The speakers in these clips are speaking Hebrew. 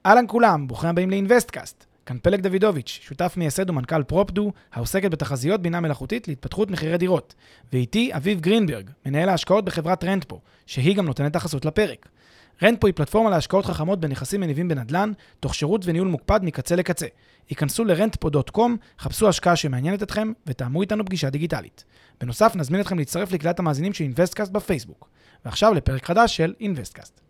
אהלן כולם, ברוכים הבאים לאינבסטקאסט. כאן פלג דוידוביץ', שותף מייסד ומנכ"ל פרופדו, העוסקת בתחזיות בינה מלאכותית להתפתחות מחירי דירות. ואיתי אביב גרינברג, מנהל ההשקעות בחברת רנטפו, שהיא גם נותנת החסות לפרק. רנטפו היא פלטפורמה להשקעות חכמות בנכסים מניבים בנדל"ן, תוך שירות וניהול מוקפד מקצה לקצה. היכנסו ל-rentpo.com, חפשו השקעה שמעניינת אתכם, ותאמו איתנו פגישה דיגיטלית. בנוסף, נזמין אתכם להצטרף לקהילת המאזינים של אינבסטקאסט בפייסבוק. ועכשיו לפרק חדש של אינבסטקאסט.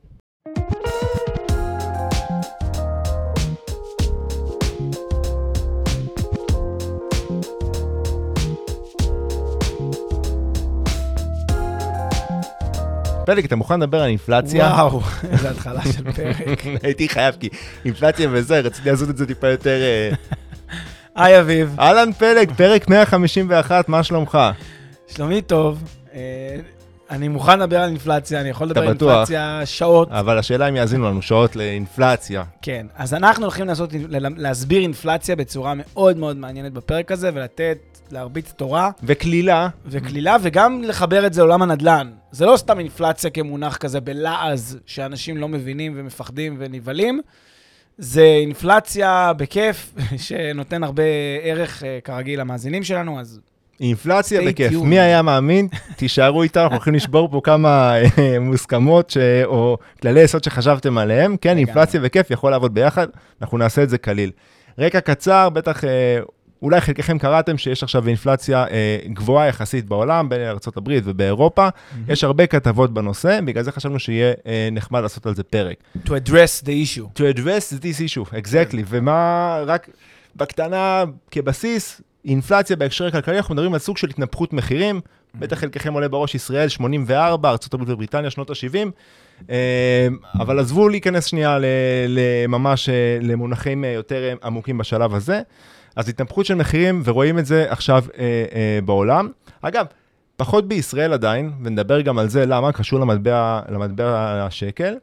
פלג, אתה מוכן לדבר על אינפלציה? וואו, איזו התחלה של פרק. הייתי חייב, כי אינפלציה וזה, רציתי לעשות את זה טיפה יותר... היי אביב. אהלן פלג, פרק 151, מה שלומך? שלומי טוב. אני מוכן לדבר על אינפלציה, אני יכול לדבר על בטוח. אינפלציה שעות. אבל השאלה אם יאזינו לנו שעות לאינפלציה. כן, אז אנחנו הולכים להסביר אינפלציה בצורה מאוד מאוד מעניינת בפרק הזה, להרביץ תורה. וכלילה. וגם לחבר את זה לעולם הנדל"ן. זה לא סתם אינפלציה כמונח כזה בלעז, שאנשים לא מבינים ומפחדים ונבלים. זה אינפלציה בכיף, שנותן הרבה ערך כרגיל למאזינים שלנו, אז... אינפלציה בכיף. מי היה מאמין? תישארו איתה, אנחנו הולכים לשבור פה כמה מוסכמות או כללי יסוד שחשבתם עליהם. כן, אינפלציה וכיף יכול לעבוד ביחד, אנחנו נעשה את זה כליל. רקע קצר, בטח אולי חלקכם קראתם שיש עכשיו אינפלציה גבוהה יחסית בעולם, בין ארצות הברית ובאירופה. יש הרבה כתבות בנושא, בגלל זה חשבנו שיהיה נחמד לעשות על זה פרק. To address the issue. To address this issue, exactly. ומה רק בקטנה כבסיס, אינפלציה בהקשר הכלכלי, אנחנו מדברים על סוג של התנפחות מחירים, בטח חלקכם עולה בראש ישראל 84, ארצות הברית ובריטניה שנות ה-70, אבל עזבו להיכנס שנייה ממש למונחים יותר עמוקים בשלב הזה. אז התנפחות של מחירים, ורואים את זה עכשיו בעולם. אגב, פחות בישראל עדיין, ונדבר גם על זה, למה? קשור למטבע השקל.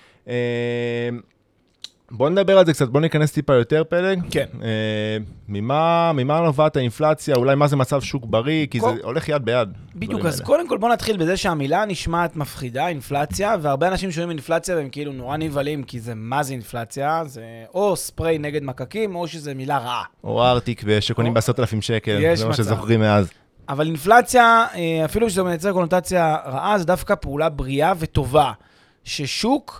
בוא נדבר על זה קצת, בוא ניכנס טיפה יותר פלג. כן. ממה נובעת האינפלציה, אולי מה זה מצב שוק בריא, כי זה הולך יד ביד. בדיוק, אז קודם כל בוא נתחיל בזה שהמילה נשמעת מפחידה, אינפלציה, והרבה אנשים שומעים אינפלציה והם כאילו נורא נבהלים, כי זה מה זה אינפלציה, זה או ספרי נגד מקקים, או שזה מילה רעה. או ארטיק שקונים ב10,000 שקל, זה מה שזוכרים מאז. אבל אינפלציה, אפילו שזה מייצר קונוטציה רעה, זה דווקא פעולה בריאה וטובה, ששוק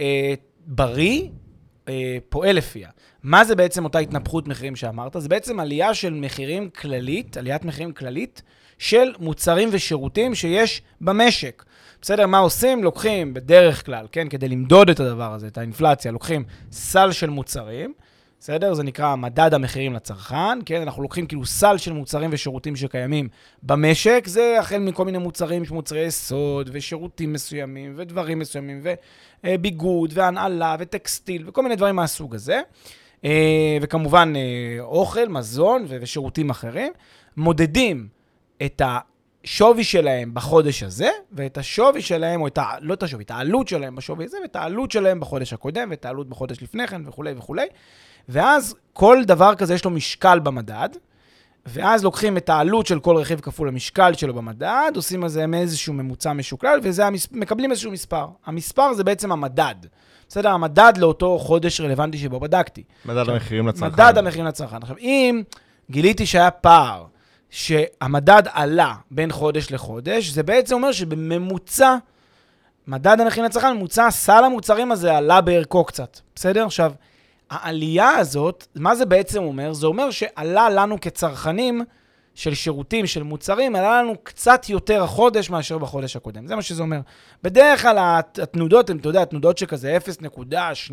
בריא פועל לפיה. מה זה בעצם אותה התנפחות מחירים שאמרת? זה בעצם עלייה של מחירים כללית, עליית מחירים כללית של מוצרים ושירותים שיש במשק. בסדר, מה עושים? לוקחים בדרך כלל, כן, כדי למדוד את הדבר הזה, את האינפלציה, לוקחים סל של מוצרים, בסדר? זה נקרא מדד המחירים לצרכן, כן? אנחנו לוקחים כאילו סל של מוצרים ושירותים שקיימים במשק, זה החל מכל מיני מוצרים, מוצרי יסוד ושירותים מסוימים ודברים מסוימים וביגוד והנעלה וטקסטיל וכל מיני דברים מהסוג הזה. וכמובן אוכל, מזון ושירותים אחרים. מודדים את השווי שלהם בחודש הזה, ואת השווי שלהם, או לא את השווי, את העלות שלהם בשווי הזה, ואת העלות שלהם בחודש הקודם, ואת העלות בחודש לפני כן וכו' וכו'. ואז כל דבר כזה יש לו משקל במדד, ואז לוקחים את העלות של כל רכיב כפול המשקל שלו במדד, עושים על זה איזשהו ממוצע משוקלל, ומקבלים איזשהו מספר. המספר זה בעצם המדד. בסדר, המדד לאותו חודש רלוונטי שבו בדקתי. מדד המחירים לצרכן. מדד המחירים לצרכן. עכשיו, אם גיליתי שהיה פער, שהמדד עלה בין חודש לחודש, זה בעצם אומר שבממוצע, מדד המחירים לצרכן, ממוצע סל המוצרים הזה עלה בערכו קצת. בסדר? עכשיו, העלייה הזאת, מה זה בעצם אומר? זה אומר שעלה לנו כצרכנים של שירותים, של מוצרים, עלה לנו קצת יותר החודש מאשר בחודש הקודם. זה מה שזה אומר. בדרך כלל התנודות, אתה יודע, התנודות שכזה 0.2%,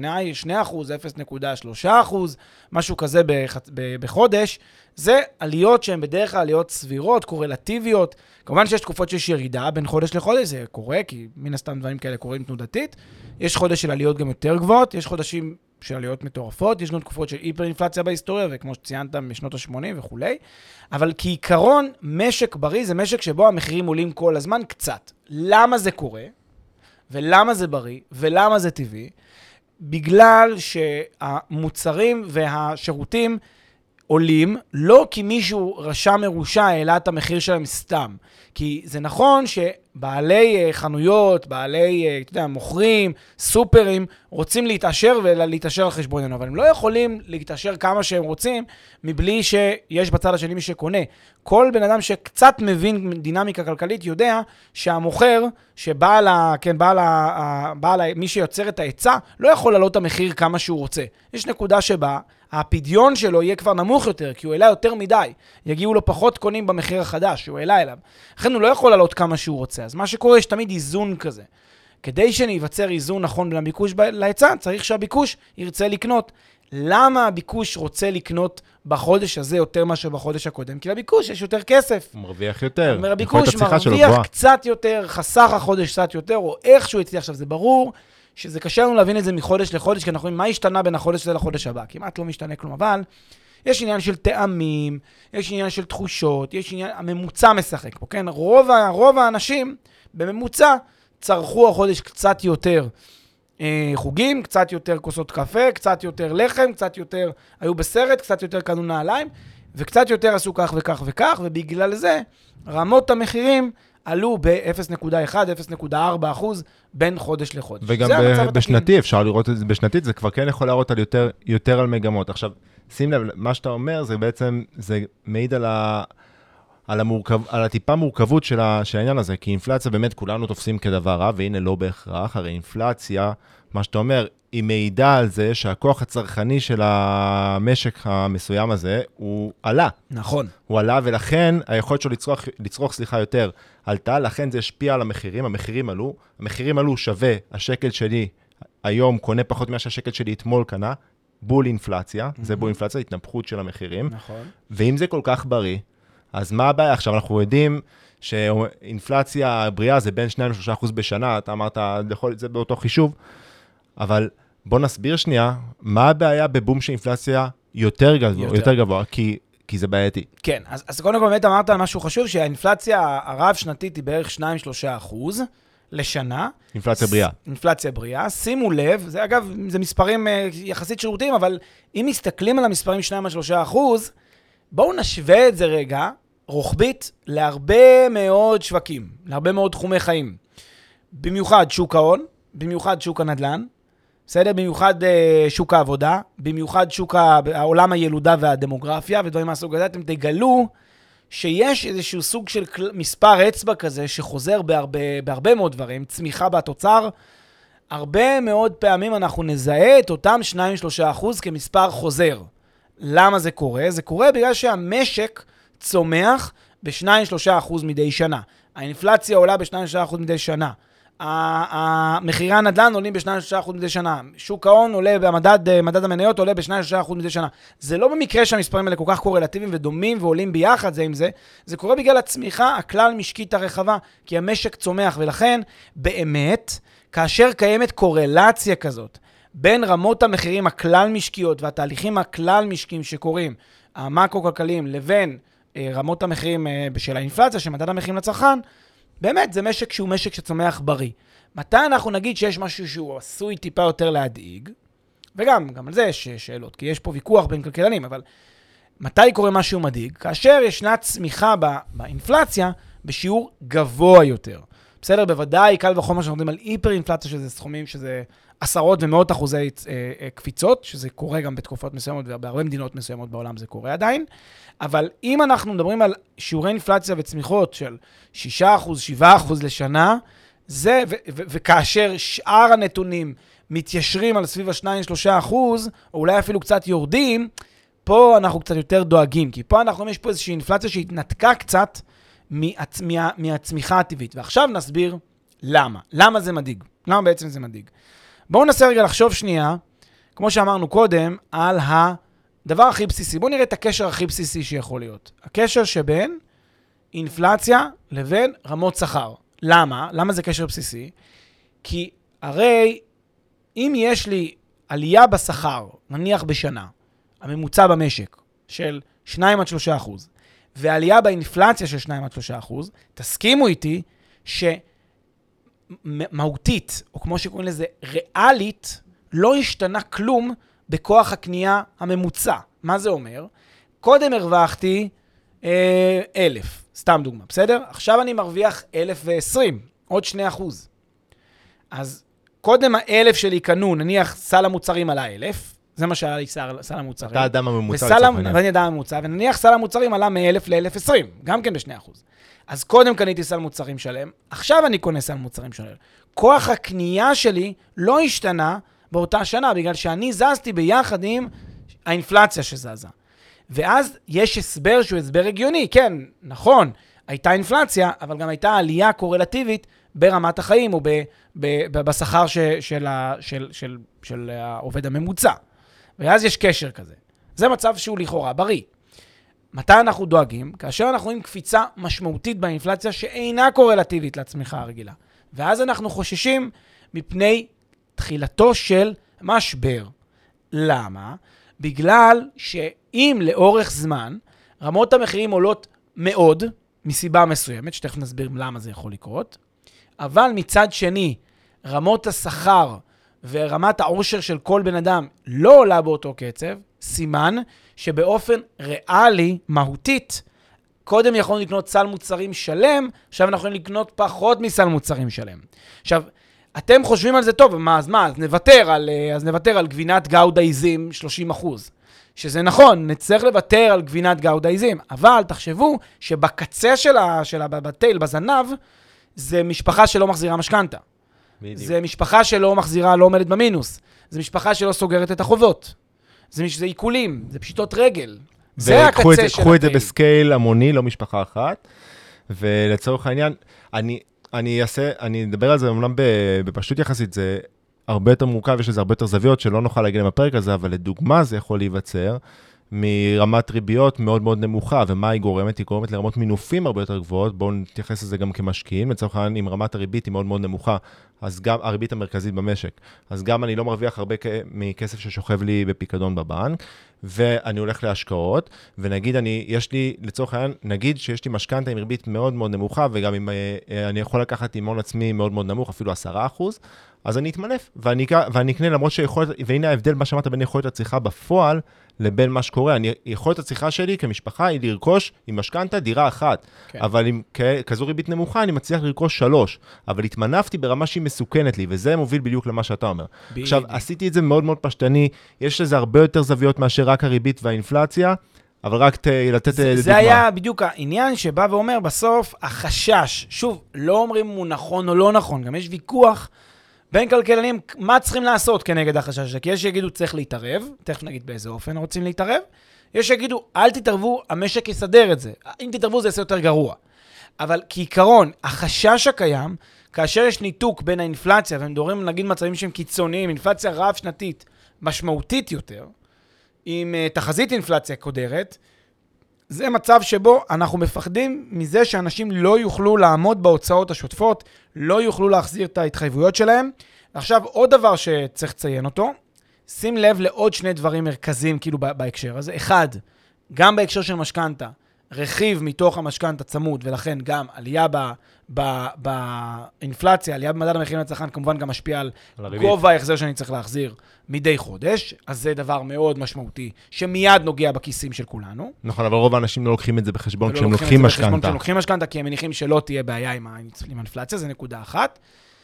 0.3%, משהו כזה בחודש, זה עליות שהן בדרך כלל עליות סבירות, קורלטיביות. כמובן שיש תקופות שיש ירידה בין חודש לחודש, זה קורה, כי מן הסתם דברים כאלה קורים תנודתית. יש חודש של עליות גם יותר גבוהות, יש חודשים של עליות מטורפות, יש גם תקופות של היפר-אינפלציה בהיסטוריה, וכמו שציינת משנות ה-80 וכו'. אבל כעיקרון, משק בריא זה משק שבו המחירים עולים כל הזמן קצת. למה זה קורה? ולמה זה בריא? ולמה זה טבעי? בגלל שהמוצרים והשירותים עולים, לא כי מישהו רשע מרושע העלה את המחיר שלהם סתם. כי זה נכון בעלי חנויות, בעלי, אתה יודע, מוכרים, סופרים, רוצים להתעשר ולהתעשר על חשבוננו, אבל הם לא יכולים להתעשר כמה שהם רוצים, מבלי שיש בצד השני מי שקונה. כל בן אדם שקצת מבין דינמיקה כלכלית יודע שהמוכר, מי שיוצר את ההיצע, לא יכול לעלות את המחיר כמה שהוא רוצה. יש נקודה שבה הפדיון שלו יהיה כבר נמוך יותר, כי הוא העלה יותר מדי. יגיעו לו פחות קונים במחיר החדש, שהוא העלה אליו. לכן הוא לא יכול לעלות כמה שהוא רוצה. אז מה שקורה, יש תמיד איזון כזה. כדי שניווצר איזון נכון בין הביקוש להיצע, צריך שהביקוש ירצה לקנות. למה הביקוש רוצה לקנות בחודש הזה יותר מאשר בחודש הקודם? כי לביקוש יש יותר כסף. הוא מרוויח יותר. הביקוש מרוויח קצת יותר, חסך החודש קצת יותר, או איכשהו יצליח. עכשיו, זה ברור שזה קשה לנו להבין את זה מחודש לחודש, כי אנחנו רואים מה השתנה בין החודש הזה לחודש הבא. כמעט לא משתנה כלום, אבל יש עניין של טעמים, יש עניין של תחושות, יש עניין, הממוצע משחק פה, כן? רוב האנשים בממוצע צרכו החודש קצת יותר חוגים, קצת יותר כוסות קפה, קצת יותר לחם, קצת יותר היו בסרט, קצת יותר קנו נעליים, וקצת יותר עשו כך וכך וכך, ובגלל זה רמות המחירים עלו ב-0.1, 0.4% בין חודש לחודש. וגם בשנתי, אפשר לראות את זה בשנתית, זה כבר כן יכול להראות על יותר על מגמות. עכשיו, שים לב, מה שאתה אומר, זה בעצם, זה מעיד על הטיפה מורכבות של העניין הזה, כי אינפלציה באמת כולנו תופסים כדבר רע, והנה לא בהכרח, הרי אינפלציה, מה שאתה אומר, היא מעידה על זה שהכוח הצרכני של המשק המסוים הזה, הוא עלה. נכון. הוא עלה, ולכן היכולת שלו לצרוך יותר עלתה, לכן זה השפיע על המחירים, המחירים עלו שווה, השקל שלי היום קונה פחות מה שהשקל שלי אתמול קנה, בול אינפלציה, זה בול אינפלציה, התנפחות של המחירים. נכון. ואם זה כל כך בריא, אז מה הבעיה? עכשיו אנחנו יודעים שאינפלציה בריאה זה בין 2-3% בשנה, אתה אמרת, זה באותו חישוב, אבל בוא נסביר שנייה, מה הבעיה בבום של אינפלציה יותר גבוה, כי זה בעייתי. כן, אז קודם כל באמת אמרת על משהו חשוב, שהאינפלציה הרב שנתית היא בערך 2-3% לשנה. אינפלציה בריאה. אינפלציה בריאה. שימו לב, זה אגב, זה מספרים יחסית שירותיים, אבל אם מסתכלים על המספרים 2-3%, בואו נשווה את זה רגע, רוחבית, להרבה מאוד שווקים, להרבה מאוד תחומי חיים. במיוחד שוק ההון, במיוחד שוק הנדל"ן, בסדר? במיוחד שוק העבודה, במיוחד שוק העולם הילודה והדמוגרפיה, ודברים מהסוג הזה, אתם תגלו שיש איזשהו סוג של מספר אצבע כזה, שחוזר בהרבה מאוד דברים, צמיחה בתוצר, הרבה מאוד פעמים אנחנו נזהה את אותם 2-3% כמספר חוזר. למה זה קורה? זה קורה בגלל שהמשק צומח ב-2-3% מדי שנה. האינפלציה עולה ב-2-3% מדי שנה. המחירי הנדל"ן עולים ב-2-3% מדי שנה. שוק ההון עולה מדד המניות עולה ב-2-3% מדי שנה. זה לא במקרה שהמספרים האלה כל כך קורלטיביים ודומים ועולים ביחד זה עם זה. זה קורה בגלל הצמיחה הכלל משקית הרחבה, כי המשק צומח, ולכן באמת, כאשר קיימת קורלציה כזאת, בין רמות המחירים הכלל משקיות והתהליכים הכלל משקיים שקורים, המקרו-כלכליים, לבין רמות המחירים של האינפלציה, של מדד המחירים לצרכן, באמת זה משק שהוא משק שצומח בריא. מתי אנחנו נגיד שיש משהו שהוא עשוי טיפה יותר להדאיג, וגם על זה יש שאלות, כי יש פה ויכוח בין כלכלנים, אבל מתי קורה משהו מדאיג? כאשר ישנה צמיחה באינפלציה בשיעור גבוה יותר. בסדר, בוודאי, קל וחומר שאנחנו יודעים על היפר-אינפלציה, שזה סכומים, שזה עשרות ומאות אחוזי קפיצות, שזה קורה גם בתקופות מסוימות, ובהרבה מדינות מסוימות בעולם זה קורה עדיין. אבל אם אנחנו מדברים על שיעורי אינפלציה וצמיחות של 6%, 7% לשנה, זה, וכאשר שאר הנתונים מתיישרים על סביב ה-2-3%, או אולי אפילו קצת יורדים, פה אנחנו קצת יותר דואגים, כי פה אנחנו יש פה איזושהי אינפלציה שהתנתקה קצת מהצמיחה הטבעית. ועכשיו נסביר למה. למה זה מדאיג? למה בעצם זה מדאיג? בואו ננסה רגע לחשוב שנייה, כמו שאמרנו קודם, על הדבר הכי בסיסי. בואו נראה את הקשר הכי בסיסי שיכול להיות. הקשר שבין אינפלציה לבין רמות שכר. למה? למה זה קשר בסיסי? כי הרי אם יש לי עלייה בשכר, נניח בשנה, הממוצע במשק של 2-3%, ועלייה באינפלציה של 2-3%, תסכימו איתי שמהותית, או כמו שקוראים לזה, ריאלית, לא השתנה כלום בכוח הקנייה הממוצע. מה זה אומר? קודם הרווחתי 1,000, סתם דוגמה, בסדר? עכשיו אני מרוויח 1,020, עוד 2%. אז קודם ה-1,000 שלי קנו, נניח סל המוצרים עלה 1,000, זה מה שעלה לי סל המוצרים. אתה אדם הממוצע לצורך העניין. ואני אדם הממוצע, ונניח סל המוצרים עלה מ-1,000 ל-1,020, גם כן ב2%. אז קודם קניתי סל מוצרים שלם, עכשיו אני קונה סל מוצרים שלם. כוח הקנייה שלי לא השתנה באותה שנה, בגלל שאני זזתי ביחד עם האינפלציה שזזה. ואז יש הסבר שהוא הסבר הגיוני, כן, נכון, הייתה אינפלציה, אבל גם הייתה עלייה קורלטיבית ברמת החיים, או בשכר של העובד הממוצע. ואז יש קשר כזה. זה מצב שהוא לכאורה בריא. מתי אנחנו דואגים? כאשר אנחנו רואים קפיצה משמעותית באינפלציה שאינה קורלטיבית לצמיחה הרגילה. ואז אנחנו חוששים מפני תחילתו של משבר. למה? בגלל שאם לאורך זמן רמות המחירים עולות מאוד, מסיבה מסוימת, שתכף נסביר למה זה יכול לקרות, אבל מצד שני, רמות השכר ורמת העושר של כל בן אדם לא עולה באותו קצב, סימן שבאופן ריאלי, מהותית, קודם יכולנו לקנות סל מוצרים שלם, עכשיו אנחנו יכולים לקנות פחות מסל מוצרים שלם. עכשיו, אתם חושבים על זה טוב, אז נוותר על גבינת גאודה עיזים 30%. שזה נכון, נצטרך לוותר על גבינת גאודה עיזים, אבל תחשבו שבקצה שלה בטייל, בזנב, זה משפחה שלא מחזירה משכנתה. זה משפחה שלא מחזירה, לא עומדת במינוס. זה משפחה שלא סוגרת את החובות. זה עיקולים, זה פשיטות רגל. זה הקצה של הטייל. קחו את זה בסקייל המוני, לא משפחה אחת. ולצורך העניין, אני אדבר על זה, אמנם בפשטות יחסית, זה הרבה יותר מורכב, יש לזה הרבה יותר זוויות שלא נוכל להגיע בפרק הזה, אבל לדוגמה זה יכול להיווצר מרמת ריביות מאוד מאוד נמוכה, ומה היא גורמת? היא גורמת לרמות מינופים הרבה יותר גבוהות, בואו נתייחס לזה גם כמשקיעים, לצורך העניין, אם רמת הריבית היא מאוד מאוד נמוכה, אז גם הריבית המרכזית במשק, אז גם אני לא מרוויח הרבה מכסף ששוכב לי בפיקדון בבנק, ואני הולך להשקעות, ונגיד יש לי, לצורך העניין, נגיד שיש לי משכנתה עם ריבית מאוד מאוד נמוכה, וגם אם אני יכול לקחת עם הון עצמי מאוד מאוד נמוך, אפילו 10%, אז אני אתמנף, ואני אקנה למרות שיכולת, והנה ההבדל מה שאמרת בין יכולת הצריכה בפועל, לבין מה שקורה. יכולת הצריכה שלי כמשפחה היא לרכוש עם משכנתה דירה אחת, כן. אבל עם כזו ריבית נמוכה אני מצליח לרכוש 3, אבל התמנפתי ברמה שהיא מסוכנת לי, וזה מוביל בדיוק למה שאתה אומר. עכשיו, עשיתי את זה מאוד מאוד פשטני, יש לזה הרבה יותר זוויות מאשר רק הריבית והאינפלציה, אבל רק לתת דוגמה. זה היה בדיוק העניין שבא ואומר בסוף, החשש, שוב, לא אומרים הוא נכון או לא נכון, גם יש ויכוח, בין כלכלנים, מה צריכים לעשות כנגד החשש הזה? כי יש שיגידו צריך להתערב, תכף נגיד באיזה אופן רוצים להתערב, יש שיגידו אל תתערבו, המשק יסדר את זה, אם תתערבו זה יעשה יותר גרוע. אבל כעיקרון, החשש הקיים, כאשר יש ניתוק בין האינפלציה, והם מדברים נגיד מצבים שהם קיצוניים, אינפלציה רב שנתית משמעותית יותר, עם תחזית אינפלציה קודרת, זה מצב שבו אנחנו מפחדים מזה שאנשים לא יוכלו לעמוד בהוצאות השוטפות, לא יוכלו להחזיר את ההתחייבויות שלהם. עכשיו, עוד דבר שצריך לציין אותו, שים לב לעוד שני דברים מרכזיים כאילו בהקשר הזה. אחד, גם בהקשר של משכנתה, רכיב מתוך המשכנתה צמוד, ולכן גם עלייה באינפלציה, עלייה במדד המחירים לצרכן, כמובן גם משפיע על גובה ההחזר שאני צריך להחזיר מדי חודש, אז זה דבר מאוד משמעותי, שמיד נוגע בכיסים של כולנו. נכון, אבל רוב האנשים לא לוקחים את זה בחשבון כשהם לוקחים משכנתה. כשהם לוקחים משכנתה, כי הם מניחים שלא תהיה בעיה עם האינפלציה, זה נקודה אחת.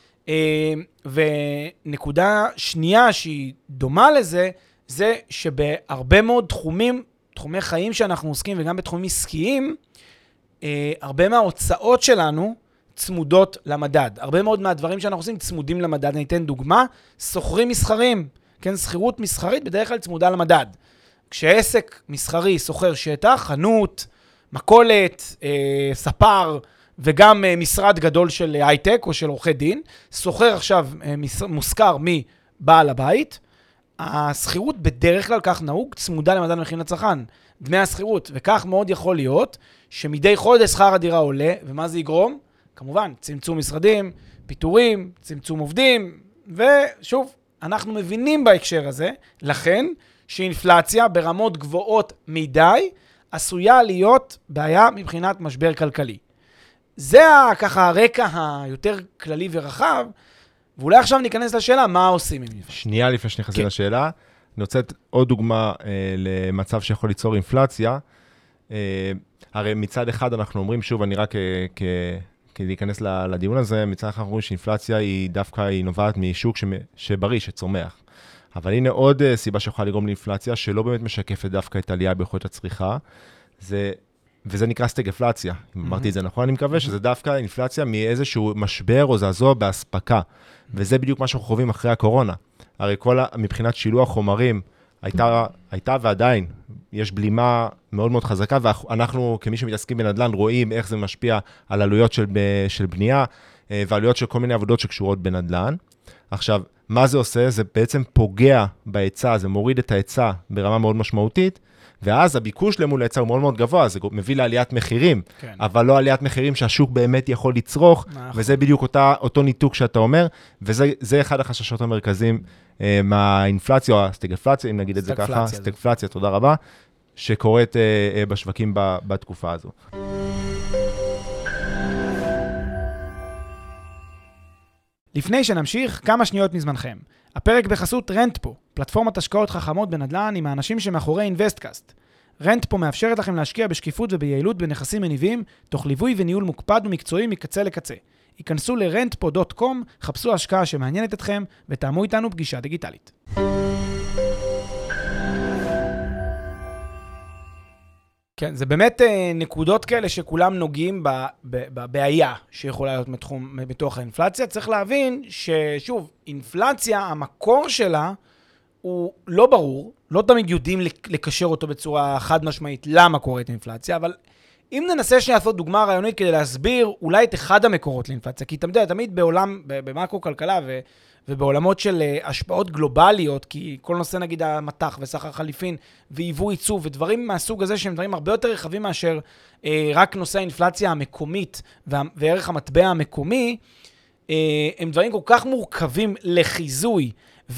ונקודה שנייה שהיא דומה לזה, זה שבהרבה מאוד תחומי חיים שאנחנו עוסקים, וגם בתחומים עסקיים, הרבה מההוצאות שלנו צמודות למדד. הרבה מאוד מהדברים שאנחנו עושים צמודים למדד. אני אתן דוגמה, סוחרים מסחרים, כן, סחירות מסחרית בדרך כלל צמודה למדד. כשעסק מסחרי סוחר שטח, חנות, מכולת, ספר, וגם משרד גדול של הייטק או של עורכי דין, סוחר עכשיו מושכר מבעל הבית, הסחירות בדרך כלל כך נהוג צמודה למדד המחירים לצרכן, דמי הסחירות, וכך מאוד יכול להיות שמדי חודש שכר הדירה עולה, ומה זה יגרום? כמובן, צמצום משרדים, פיטורים, צמצום עובדים, ושוב, אנחנו מבינים בהקשר הזה, לכן שאינפלציה ברמות גבוהות מדי, עשויה להיות בעיה מבחינת משבר כלכלי. זה ככה הרקע היותר כללי ורחב, ואולי עכשיו ניכנס לשאלה, מה עושים עם זה? שנייה לפני שנכנסים לשאלה, אני רוצה עוד דוגמה למצב שיכול ליצור אינפלציה. הרי מצד אחד אנחנו אומרים, שוב, אני רק כדי להיכנס לדיון הזה, מצד אחד אנחנו אומרים שאינפלציה היא דווקא היא נובעת משוק שבריא, שצומח. אבל הנה עוד סיבה שיכולה לגרום לאינפלציה, שלא באמת משקפת דווקא את העלייה ביכולת הצריכה, וזה נקרא סטגפלציה. אם אמרתי את זה נכון, אני מקווה שזה דווקא אינפלציה מאיזשהו משבר או זעזוע בהספקה. וזה בדיוק מה שאנחנו חווים אחרי הקורונה. הרי מבחינת שילוח חומרים, הייתה ועדיין, יש בלימה מאוד מאוד חזקה, ואנחנו כמי שמתעסקים בנדל"ן רואים איך זה משפיע על עלויות של בנייה, ועלויות של כל מיני עבודות שקשורות בנדל"ן. עכשיו, מה זה עושה? זה בעצם פוגע בהיצע, זה מוריד את ההיצע ברמה מאוד משמעותית, ואז הביקוש למול ההיצע הוא מאוד מאוד גבוה, זה מביא לעליית מחירים, כן. אבל לא עליית מחירים שהשוק באמת יכול לצרוך, וזה בדיוק אותו ניתוק שאתה אומר, וזה אחד החששות המרכזיים מהאינפלציה, או הסטגפלציה, אם נגיד את זה ככה, סטגפלציה, תודה רבה, שקורית בשווקים בתקופה הזו. לפני שנמשיך, כמה שניות מזמנכם. הפרק בחסות רנטפו, פלטפורמת השקעות חכמות בנדל"ן עם האנשים שמאחורי אינבסטקאסט. רנטפו מאפשרת לכם להשקיע בשקיפות וביעילות בנכסים מניבים, תוך ליווי וניהול מוקפד ומקצועי מקצה לקצה. היכנסו ל-rentpo.com, חפשו השקעה שמעניינת אתכם ותאמו איתנו פגישה דיגיטלית. כן, זה באמת נקודות כאלה שכולם נוגעים בבעיה שיכולה להיות בתוך האינפלציה. צריך להבין ששוב, אינפלציה, המקור שלה הוא לא ברור, לא תמיד יודעים לקשר אותו בצורה חד משמעית למה קורית אינפלציה, אבל אם ננסה לעשות דוגמה רעיונית כדי להסביר אולי את אחד המקורות לאינפלציה, כי תמיד בעולם, במקרו-כלכלה ובעולמות של השפעות גלובליות, כי כל נושא נגיד המתח וסחר חליפין ויבוא ייצוא ודברים מהסוג הזה שהם דברים הרבה יותר רחבים מאשר רק נושא האינפלציה המקומית וערך המטבע המקומי, הם דברים כל כך מורכבים לחיזוי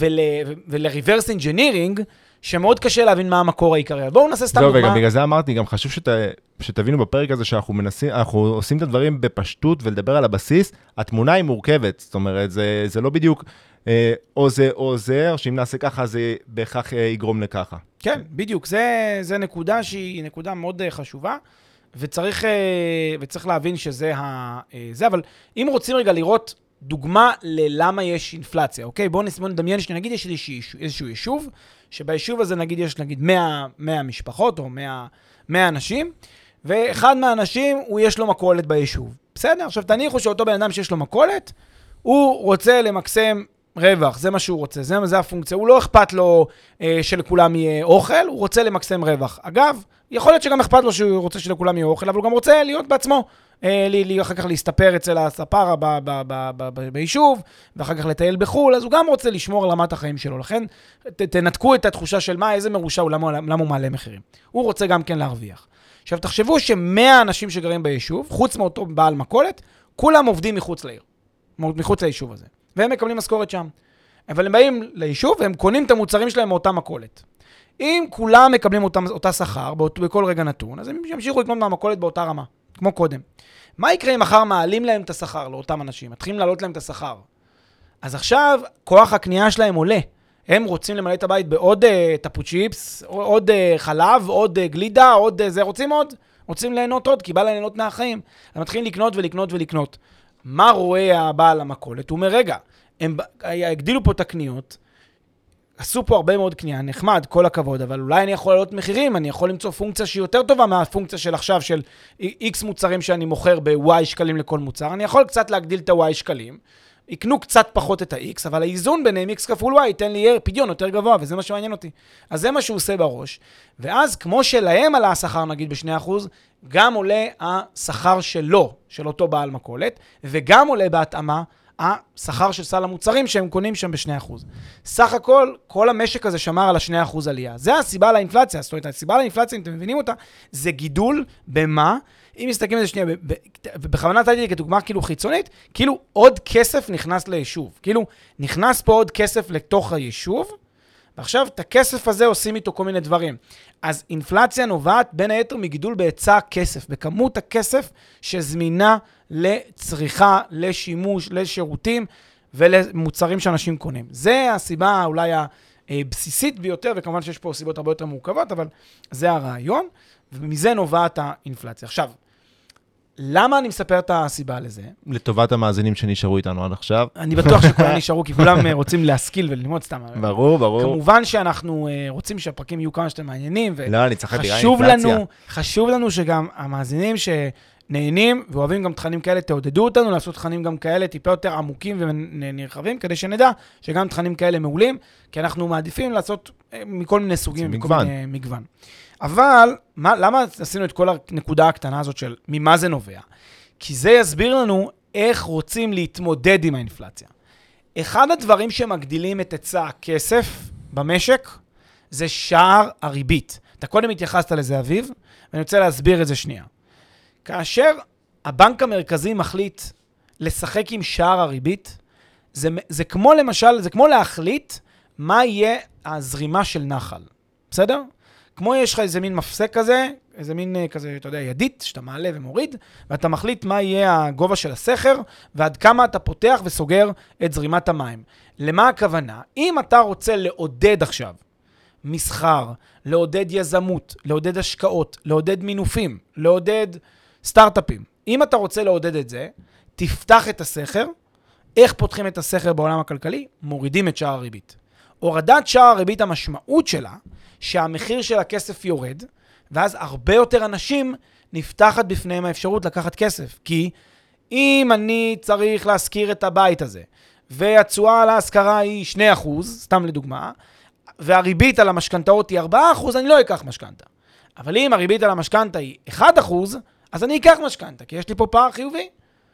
ולריברס אינג'ינירינג, שמאוד קשה להבין מה המקור העיקרי. בואו נעשה סתם דוגמה. וגם בגלל זה אמרתי, גם חשוב שתבינו בפרק הזה שאנחנו עושים את הדברים בפשטות ולדבר על הבסיס, התמונה היא מורכבת, זאת אומרת, זה לא בדיוק או זה או זה, או שאם נעשה ככה זה בהכרח יגרום לככה. כן, בדיוק, זה נקודה שהיא נקודה מאוד חשובה, וצריך להבין שזה אבל אם רוצים רגע לראות דוגמה ללמה יש אינפלציה, אוקיי? בואו נדמיין שנגיד יש איזשהו יישוב, שביישוב הזה נגיד יש 100 משפחות או 100 אנשים, ואחד מהאנשים יש לו מכולת ביישוב. בסדר? עכשיו תניחו שאותו בן אדם שיש לו מכולת, הוא רוצה למקסם רווח, זה מה שהוא רוצה, זה הפונקציה. הוא לא אכפת לו שלכולם יהיה אוכל, הוא רוצה למקסם רווח. אגב, יכול להיות שגם אכפת לו שהוא רוצה שלכולם יהיה אוכל, אבל הוא גם רוצה להיות בעצמו. אחר כך להסתפר אצל הספר ביישוב, ואחר כך לטייל בחול, אז הוא גם רוצה לשמור על רמת החיים שלו. לכן, תנתקו את התחושה של איזה מרושע הוא, למה הוא מעלה מחירים. הוא רוצה גם כן להרוויח. עכשיו, תחשבו ש100 אנשים שגרים ביישוב, חוץ מאותו בעל מכולת, כולם עובדים מחוץ לעיר, מחוץ ליישוב הזה. והם מקבלים משכורת שם. אבל הם באים ליישוב, והם קונים את המוצרים שלהם מאותה מכולת. אם כולם מקבלים אותה שכר, בכל רגע נתון, אז הם ימשיכו לקנות מהמכולת באותה רמה. כמו קודם. מה יקרה אם מחר מעלים להם את השכר לאותם אנשים? מתחילים לעלות להם את השכר. אז עכשיו כוח הקנייה שלהם עולה. הם רוצים למלא את הבית בעוד טפוצ'יפס, עוד חלב, עוד גלידה, עוד זה. רוצים ליהנות עוד, כי בא ליהנות מהחיים. הם מתחילים לקנות ולקנות ולקנות. מה רואה הבעל המכולת? הוא אומר, רגע, הם הגדילו פה את הקניות, עשו פה הרבה מאוד קנייה, נחמד, כל הכבוד, אבל אולי אני יכול לעלות מחירים, אני יכול למצוא פונקציה שהיא יותר טובה מהפונקציה של עכשיו, של X מוצרים שאני מוכר ב-Y שקלים לכל מוצר, אני יכול קצת להגדיל את ה-Y שקלים, יקנו קצת פחות את ה-X, אבל האיזון ביניהם X כפול Y ייתן לי פדיון יותר גבוה, וזה מה שמעניין אותי. אז זה מה שהוא עושה בראש, ואז כמו שלהם עלה השכר נגיד ב2%, גם עולה השכר שלו, של אותו בעל מכולת, וגם עולה בהתאמה השכר של סל המוצרים שהם קונים שם ב2%. סך הכל, כל המשק הזה שמר על ה2% עלייה. זה הסיבה לאינפלציה. זאת אומרת, הסיבה לאינפלציה, אם אתם מבינים אותה, זה גידול במה? אם מסתכלים על זה שנייה, בכוונה נתתי כדוגמה כאילו חיצונית, כאילו עוד כסף נכנס ליישוב. כאילו נכנס פה עוד כסף לתוך היישוב, ועכשיו את הכסף הזה עושים איתו כל מיני דברים. אז אינפלציה נובעת בין היתר מגידול בהיצע כסף, בכמות הכסף שזמינה לצריכה, לשימוש, לשירותים ולמוצרים שאנשים קונים. זה הסיבה אולי בסיסית ביותר, וכמובן שיש פה סיבות הרבה יותר מורכבות, אבל זה הרעיון, ומזה נובעת האינפלציה. עכשיו, למה אני מספר את הסיבה לזה? לטובת המאזינים שנשארו איתנו עד עכשיו. אני בטוח שכולם נשארו, כי כולם רוצים להשכיל וללמוד סתם. ברור, ברור. כמובן שאנחנו רוצים שהפרקים יהיו כמה שאתם מעניינים, לא, אני צריך להיראה אינפלציה. חשוב לנו שגם המאזינים שנהנים ואוהבים גם תכנים כאלה, תעודדו אותנו לעשות תכנים גם כאלה טיפה יותר עמוקים ונרחבים, כדי שנדע שגם תכנים כאלה מעולים, כי אנחנו מעדיפים לעשות מכל מיני סוגים, מכל מיני מגוון. אבל למה עשינו את כל הנקודה הקטנה הזאת של ממה זה נובע? כי זה יסביר לנו איך רוצים להתמודד עם האינפלציה. אחד הדברים שמגדילים את היצע הכסף במשק, זה שער הריבית. אתה קודם התייחסת לזה, אביב, ואני רוצה להסביר את זה שנייה. כאשר הבנק המרכזי מחליט לשחק עם שער הריבית, זה כמו למשל, זה כמו להחליט מה יהיה הזרימה של נחל. בסדר? כמו יש לך איזה מין מפסק כזה, איזה מין כזה, אתה יודע, ידית, שאתה מעלה ומוריד, ואתה מחליט מה יהיה הגובה של הסכר, ועד כמה אתה פותח וסוגר את זרימת המים. למה הכוונה? אם אתה רוצה לעודד עכשיו מסחר, לעודד יזמות, לעודד השקעות, לעודד מינופים, לעודד סטארט-אפים, אם אתה רוצה לעודד את זה, תפתח את הסכר. איך פותחים את הסכר בעולם הכלכלי? מורידים את שער הריבית. הורדת שער הריבית, המשמעות שלה, שהמחיר של הכסף יורד, ואז הרבה יותר אנשים נפתחת בפניהם האפשרות לקחת כסף. כי אם אני צריך להשכיר את הבית הזה, והתשואה על ההשכרה היא 2%, סתם לדוגמה, והריבית על המשכנתאות היא 4%, אני לא אקח משכנתה. אבל אם הריבית על המשכנתה היא 1%, אז אני אקח משכנתה, כי יש לי פה פער חיובי.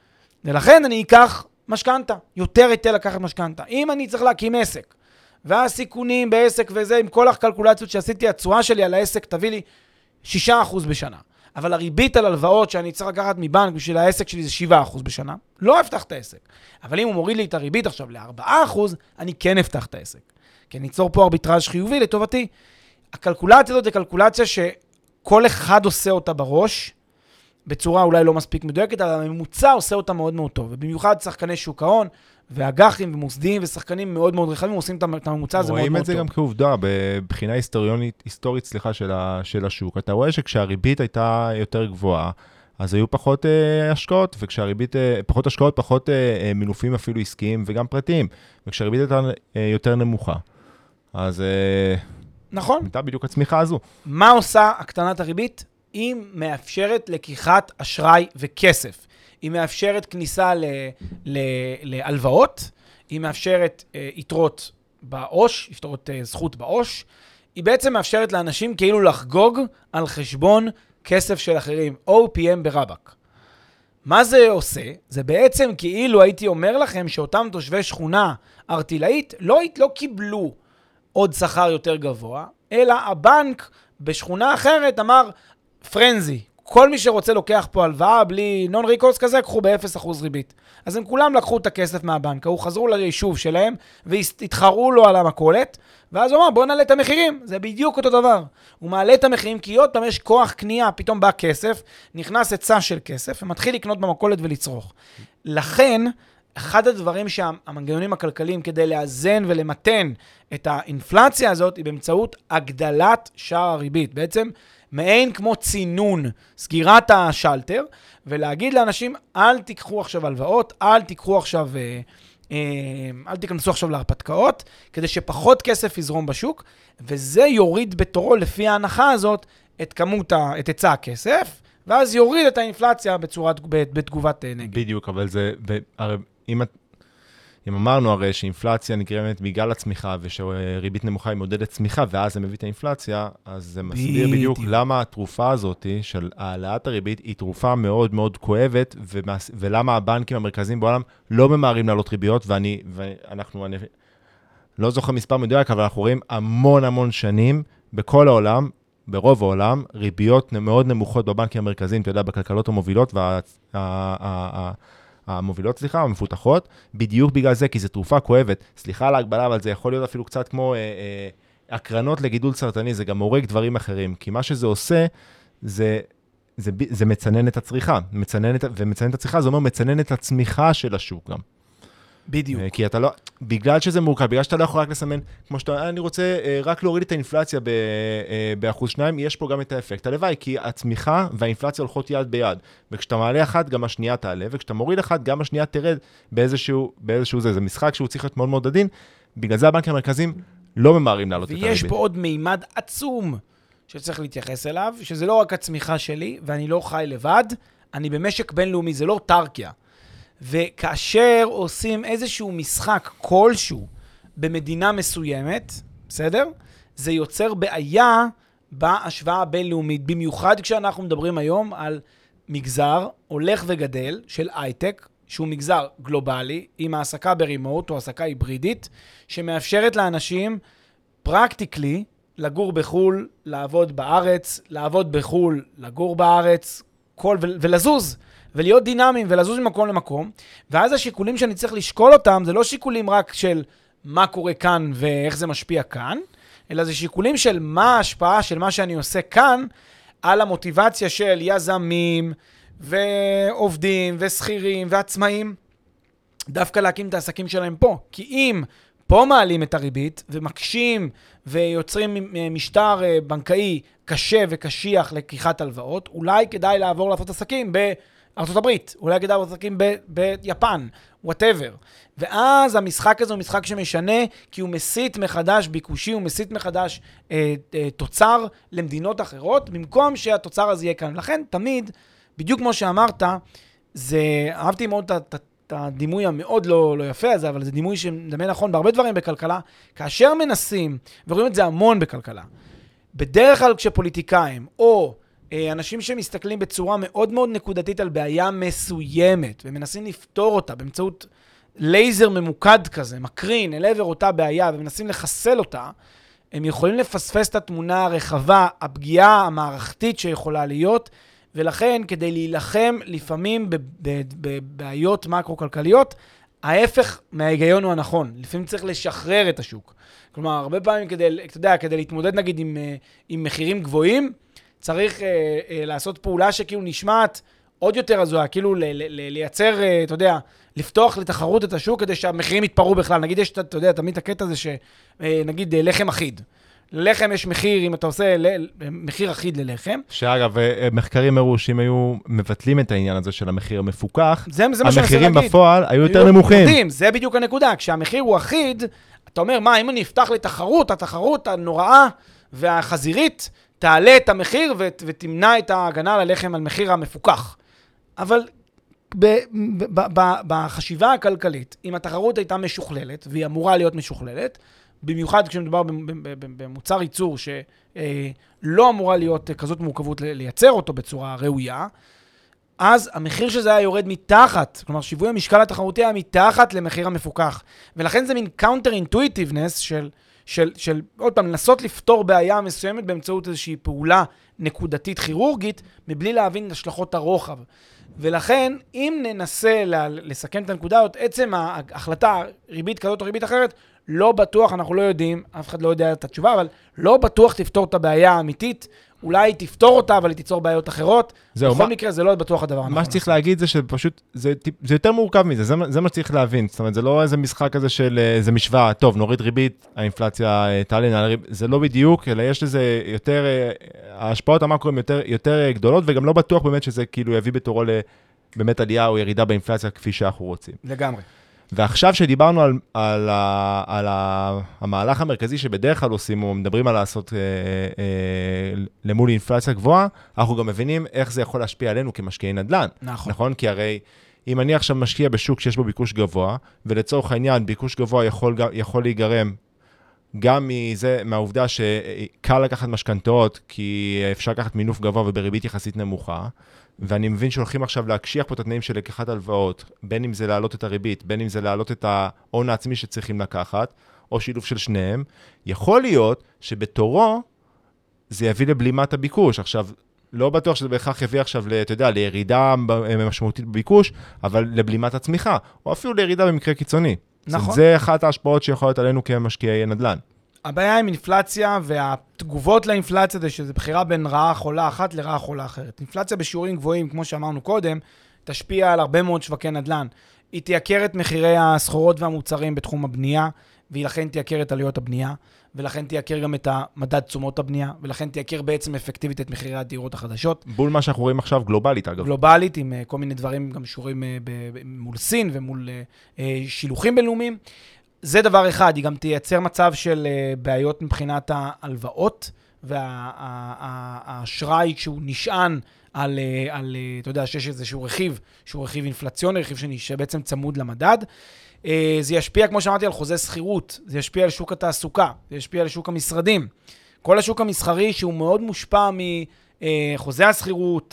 ולכן אני אקח משכנתה. יותר היטל לקחת משכנתה. אם אני צריך להקים עסק, והסיכונים בעסק וזה, עם כל הקלקולציות שעשיתי, התשואה שלי על העסק תביא לי 6% בשנה. אבל הריבית על הלוואות שאני צריך לקחת מבנק בשביל העסק שלי זה 7% בשנה, לא אפתח את העסק. אבל אם הוא מוריד לי את הריבית עכשיו ל4%, אני כן אפתח את העסק. כי אני אצור פה ארביטראז' חיובי לטובתי. הקלקולציה הזאת היא קלקולציה שכל אחד עושה אותה בראש, בצורה אולי לא מספיק מדויקת, אבל הממוצע עושה אותה מאוד מאוד טוב. ובמיוחד שחקני שוק ההון, ואג"חים ומוסדיים ושחקנים מאוד מאוד רחבים עושים את הממוצע הזה מאוד מאוד טוב. רואים את זה גם כעובדה, בבחינה היסטורית, של השוק. אתה רואה שכשהריבית הייתה יותר גבוהה, אז היו פחות השקעות, וכשהריבית, פחות השקעות, פחות מינופים אפילו עסקיים וגם פרטיים. וכשהריבית הייתה יותר נמוכה. אז נכון. הייתה בדיוק הצמיחה הזו. מה עושה הקטנת הריבית? היא מאפשרת לקיחת אשראי וכסף. היא מאפשרת כניסה להלוואות, היא מאפשרת יתרות בעו"ש, יתרות זכות בעו"ש, היא בעצם מאפשרת לאנשים כאילו לחגוג על חשבון כסף של אחרים, OPM ברבק. מה זה עושה? זה בעצם כאילו הייתי אומר לכם שאותם תושבי שכונה ארטילאית לא קיבלו עוד שכר יותר גבוה, אלא הבנק בשכונה אחרת אמר, פרנזי, כל מי שרוצה לוקח פה הלוואה בלי נון ריקורס כזה, קחו ב-0% ריבית. אז הם כולם לקחו את הכסף מהבנק, הוא חזרו ליישוב שלהם, והתחרו לו על המקולת, ואז הוא אמר, בוא נעלה את המחירים. זה בדיוק אותו דבר. הוא מעלה את המחירים, כי עוד פעם יש כוח קנייה, פתאום בא כסף, נכנס היצע של כסף, ומתחיל לקנות במקולת ולצרוך. לכן, אחד הדברים שהמנגנונים הכלכליים כדי לאזן ולמתן את האינפלציה הזאת, היא באמצעות הגדלת שער הריבית. בעצם, מעין כמו צינון, סגירת השלטר, ולהגיד לאנשים, אל תיקחו עכשיו הלוואות, אל תיכנסו עכשיו להרפתקאות, כדי שפחות כסף יזרום בשוק, וזה יוריד בתורו לפי ההנחה הזאת את היצע הכסף, ואז יוריד את האינפלציה בתגובת נגד. בדיוק, אבל זה, אם אמרנו הרי שאינפלציה נגרמת בגלל הצמיחה, ושריבית נמוכה היא מודדת צמיחה, ואז זה מביא את האינפלציה, אז זה מסביר בדיוק למה התרופה הזאת של העלאת הריבית היא תרופה מאוד מאוד כואבת, ולמה הבנקים המרכזיים בעולם לא ממהרים לעלות ריביות, אני לא זוכר מספר מדויק, אבל אנחנו רואים המון שנים בכל העולם, ברוב העולם, ריביות מאוד נמוכות בבנקים המרכזיים, אתה יודע, בכלכלות המובילות המפותחות, בדיוק בגלל זה, כי זו תרופה כואבת. סליחה על ההגבלה, אבל זה יכול להיות אפילו קצת כמו הקרנות לגידול סרטני, זה גם הורג דברים אחרים, כי מה שזה עושה, זה מצנן את הצריכה, ומצנן את הצריכה, זה אומר מצנן את הצמיחה של השוק גם. בדיוק. כי אתה לא, בגלל שזה מורכב, בגלל שאתה לא יכול רק לסמן, כמו שאתה, אני רוצה רק להוריד את האינפלציה ב1%-2%, יש פה גם את האפקט הלוואי, כי הצמיחה והאינפלציה הולכות יד ביד, וכשאתה מעלה אחת, גם השנייה תעלה, וכשאתה מוריד אחת, גם השנייה תרד באיזשהו זה משחק שהוא צריך להיות מאוד מאוד עדין, בגלל זה הבנקים המרכזיים לא ממהרים להעלות את הריבית. ויש פה עוד מימד עצום שצריך להתייחס אליו, שזה לא רק הצמיחה שלי, ואני לא חי לבד, אני במשק בינלאומי, זה לא טרקיה. וכאשר עושים איזשהו משחק כלשהו במדינה מסוימת, בסדר? זה יוצר בעיה בהשוואה הבינלאומית, במיוחד כשאנחנו מדברים היום על מגזר הולך וגדל של הייטק, שהוא מגזר גלובלי, עם העסקה ברימוט או העסקה היברידית, שמאפשרת לאנשים פרקטיקלי לגור בחול, לעבוד בארץ, לעבוד בחול, לגור בארץ, ולזוז. ולהיות דינמיים ולזוז ממקום למקום, ואז השיקולים שאני צריך לשקול אותם, זה לא שיקולים רק של מה קורה כאן ואיך זה משפיע כאן, אלא זה שיקולים של מה ההשפעה של מה שאני עושה כאן, על המוטיבציה של יזמים ועובדים ושכירים ועצמאים, דווקא להקים את העסקים שלהם פה. כי אם פה מעלים את הריבית ומקשים ויוצרים משטר בנקאי קשה וקשיח לקיחת הלוואות, אולי כדאי לעבור לעשות עסקים ארצות הברית, אולי כדאי עסקים ביפן, whatever. ואז המשחק הזה הוא משחק שמשנה, כי הוא מסית מחדש ביקושי, הוא מסית מחדש תוצר למדינות אחרות, במקום שהתוצר הזה יהיה כאן. לכן תמיד, בדיוק כמו שאמרת, אהבתי מאוד את הדימוי המאוד לא יפה הזה, אבל זה דימוי שמדמה נכון בהרבה דברים בכלכלה, כאשר מנסים, ורואים את זה המון בכלכלה, בדרך כלל כשפוליטיקאים, או אנשים שמסתכלים בצורה מאוד מאוד נקודתית על בעיה מסוימת, ומנסים לפתור אותה באמצעות לייזר ממוקד כזה, מקרין אל עבר אותה בעיה, ומנסים לחסל אותה, הם יכולים לפספס את התמונה הרחבה, הפגיעה המערכתית שיכולה להיות, ולכן כדי להילחם לפעמים בבעיות מקרו-כלכליות, ההפך מההיגיון הוא הנכון. לפעמים צריך לשחרר את השוק. כלומר, הרבה פעמים כדי להתמודד נגיד עם מחירים גבוהים, צריך לעשות פעולה שכאילו נשמעת עוד יותר הזויה, כאילו לייצר, אתה יודע, לפתוח לתחרות את השוק כדי שהמחירים יתפרו בכלל. נגיד יש, אתה יודע, תמיד הקטע הזה שנגיד לחם אחיד. ללחם יש מחיר, אם אתה עושה מחיר אחיד ללחם. שאגב, מחקרים הראו שאם היו מבטלים את העניין הזה של המחיר המפוקח, המחירים בפועל היו יותר נמוכים. זה בדיוק הנקודה. כשהמחיר הוא אחיד, אתה אומר, מה, אם אני אפתח לתחרות, התחרות הנוראה והחזירית, תעלה את המחיר ותמנע את ההגנה על הלחם על מחיר המפוקח. אבל בחשיבה הכלכלית, אם התחרות הייתה משוכללת, והיא אמורה להיות משוכללת, במיוחד כשמדובר במוצר ייצור שלא אמורה להיות כזאת מורכבות לייצר אותו בצורה ראויה, אז המחיר שזה היה יורד מתחת, כלומר שיווי המשקל התחרותי היה מתחת למחיר המפוקח. ולכן זה מין counter-intuitiveness של עוד פעם, לנסות לפתור בעיה מסוימת באמצעות איזושהי פעולה נקודתית כירורגית, מבלי להבין את השלכות הרוחב. ולכן, אם ננסה לסכם את הנקודה, עצם ההחלטה, ריבית כזאת או ריבית אחרת, לא בטוח, אנחנו לא יודעים, אף אחד לא יודע את התשובה, אבל לא בטוח תפתור את הבעיה האמיתית, אולי תפתור אותה, אבל היא תיצור בעיות אחרות. בכל מקרה, זה לא בטוח הדבר הנכון. מה שצריך להגיד זה שפשוט, זה יותר מורכב מזה, זה מה שצריך להבין. זאת אומרת, זה לא איזה משחק כזה של איזה משוואה, טוב, נוריד ריבית, האינפלציה תעלה, זה לא בדיוק, אלא יש לזה יותר, ההשפעות המקרו הן יותר גדולות, וגם לא בטוח באמת שזה כאילו יביא בתורו באמת עלייה או ירידה באינפלציה כפי שאנחנו רוצים. לגמרי. ועכשיו שדיברנו על המהלך המרכזי שבדרך כלל עושים, או מדברים על לעשות למול אינפלציה גבוהה, אנחנו גם מבינים איך זה יכול להשפיע עלינו כמשקיעי נדל"ן. נכון? כי הרי אם אני עכשיו משקיע בשוק שיש בו ביקוש גבוה, ולצורך העניין ביקוש גבוה יכול להיגרם גם מהעובדה שקל לקחת משכנתאות, כי אפשר לקחת מינוף גבוה ובריבית יחסית נמוכה, ואני מבין שהולכים עכשיו להקשיח פה את התנאים של לקיחת הלוואות, בין אם זה להעלות את הריבית, בין אם זה להעלות את ההון העצמי שצריכים לקחת, או שילוב של שניהם, יכול להיות שבתורו זה יביא לבלימת הביקוש. עכשיו, לא בטוח שזה בהכרח יביא עכשיו, אתה יודע, לירידה משמעותית בביקוש, אבל לבלימת הצמיחה, או אפילו לירידה במקרה קיצוני. נכון. זה אחת ההשפעות שיכולות עלינו כמשקיעי נדל"ן. הבעיה עם אינפלציה והתגובות לאינפלציה זה שזה בחירה בין רעה חולה אחת לרעה חולה אחרת. אינפלציה בשיעורים גבוהים, כמו שאמרנו קודם, תשפיע על הרבה מאוד שווקי נדל"ן. היא תייקר את מחירי הסחורות והמוצרים בתחום הבנייה, והיא לכן תייקר את עלויות הבנייה, ולכן תייקר גם את המדד תשומות הבנייה, ולכן תייקר בעצם אפקטיבית את מחירי הדירות החדשות. בול מה שאנחנו רואים עכשיו גלובלית, אגב. גלובלית, עם כל מיני דברים גם שורים מול סין ומול שילוחים בינלאומיים. זה דבר אחד, היא גם תייצר מצב של בעיות מבחינת ההלוואות, והאשראי כשהוא נשען על, אתה יודע, שיש איזשהו רכיב, שהוא רכיב אינפלציוני, רכיב שבעצם צמוד למדד. זה ישפיע, כמו שאמרתי, על חוזה שכירות, זה ישפיע על שוק התעסוקה, זה ישפיע על שוק המשרדים. כל השוק המסחרי שהוא מאוד מושפע מחוזה השכירות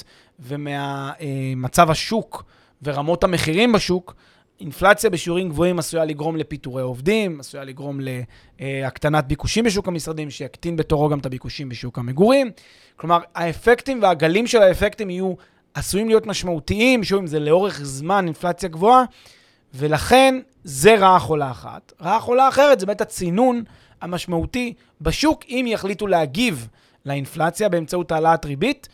ומהמצב השוק ורמות המחירים בשוק, אינפלציה בשיעורים גבוהים עשויה לגרום לפיטורי עובדים, עשויה לגרום להקטנת ביקושים בשוק המשרדים, שיקטין בתורו גם את הביקושים בשוק המגורים. כלומר, האפקטים והגלים של האפקטים עשויים להיות משמעותיים, שוב אם זה לאורך זמן אינפלציה גבוהה, ולכן זה רעה חולה אחת. רעה חולה אחרת זה באמת הצינון המשמעותי בשוק, אם יחליטו להגיב לאינפלציה באמצעות העלאת ריבית,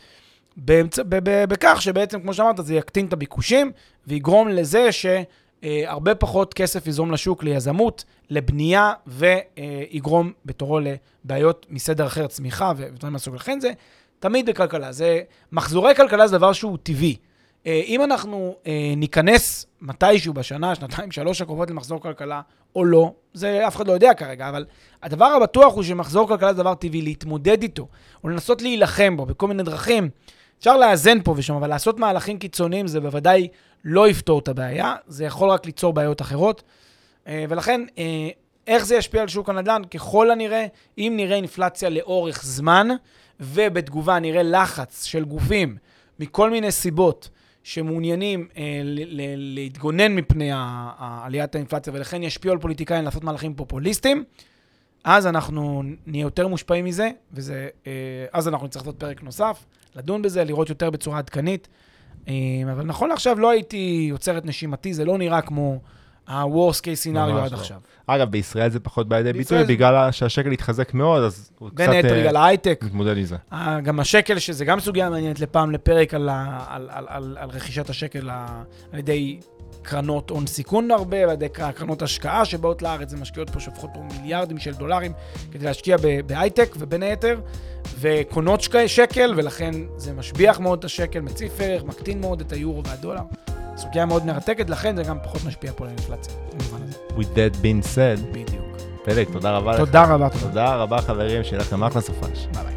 בכך שבעצם, כמו שאמרת, זה יקטין את הביקושים, ויגרום לזה שהרבה פחות כסף יזרום לשוק ליזמות, לבנייה, ויגרום בתורו לבעיות מסדר אחר, צמיחה ודברים מהסוג. לכן זה תמיד בכלכלה. מחזורי כלכלה זה דבר שהוא טבעי. אם אנחנו ניכנס מתישהו בשנה, שנתיים, 3 הקרובות למחזור כלכלה או לא, זה אף אחד לא יודע כרגע, אבל הדבר הבטוח הוא שמחזור כלכלה זה דבר טבעי, להתמודד איתו, או לנסות להילחם בו בכל מיני דרכים. אפשר לאזן פה ושם, אבל לעשות מהלכים קיצוניים זה בוודאי לא יפתור את הבעיה, זה יכול רק ליצור בעיות אחרות, ולכן איך זה ישפיע על שוק הנדל"ן? ככל הנראה, אם נראה אינפלציה לאורך זמן, ובתגובה נראה לחץ של גופים מכל מיני סיבות, שמעוניינים להתגונן מפני עליית האינפלציה, ולכן ישפיעו על פוליטיקאים לעשות מהלכים פופוליסטיים, אז אנחנו נהיה יותר מושפעים מזה, אז אנחנו נצטרך לעשות פרק נוסף, לדון בזה, לראות יותר בצורה עדכנית. אבל נכון לעכשיו לא הייתי יוצר את נשימתי, זה לא נראה כמו ה-worst case scenario עד עכשיו. אגב, בישראל זה פחות בידי ביטוי, בגלל שהשקל התחזק מאוד, אז הוא קצת... בין היתר בגלל ההייטק. מתמודד עם זה. גם השקל, שזה גם סוגיה מעניינת לפרק על רכישת השקל על ידי קרנות הון סיכון הרבה, על ידי קרנות השקעה שבאות לארץ, זה משקיעות פה, שופכות פה מיליארדים של דולרים, כדי להשקיע בהייטק ובין היתר, וקונות שקל, ולכן זה משביח מאוד את השקל, מציף ערך, מקטין מאוד את היורו והדולר. סוגיה מאוד מרתקת, לכן זה גם פחות משפיע פה לאינפלציה. With that being said, בדיוק. פלג, תודה רבה לך. תודה רבה. תודה רבה חברים, שיהיה לכם אחלה סופש. ביי ביי.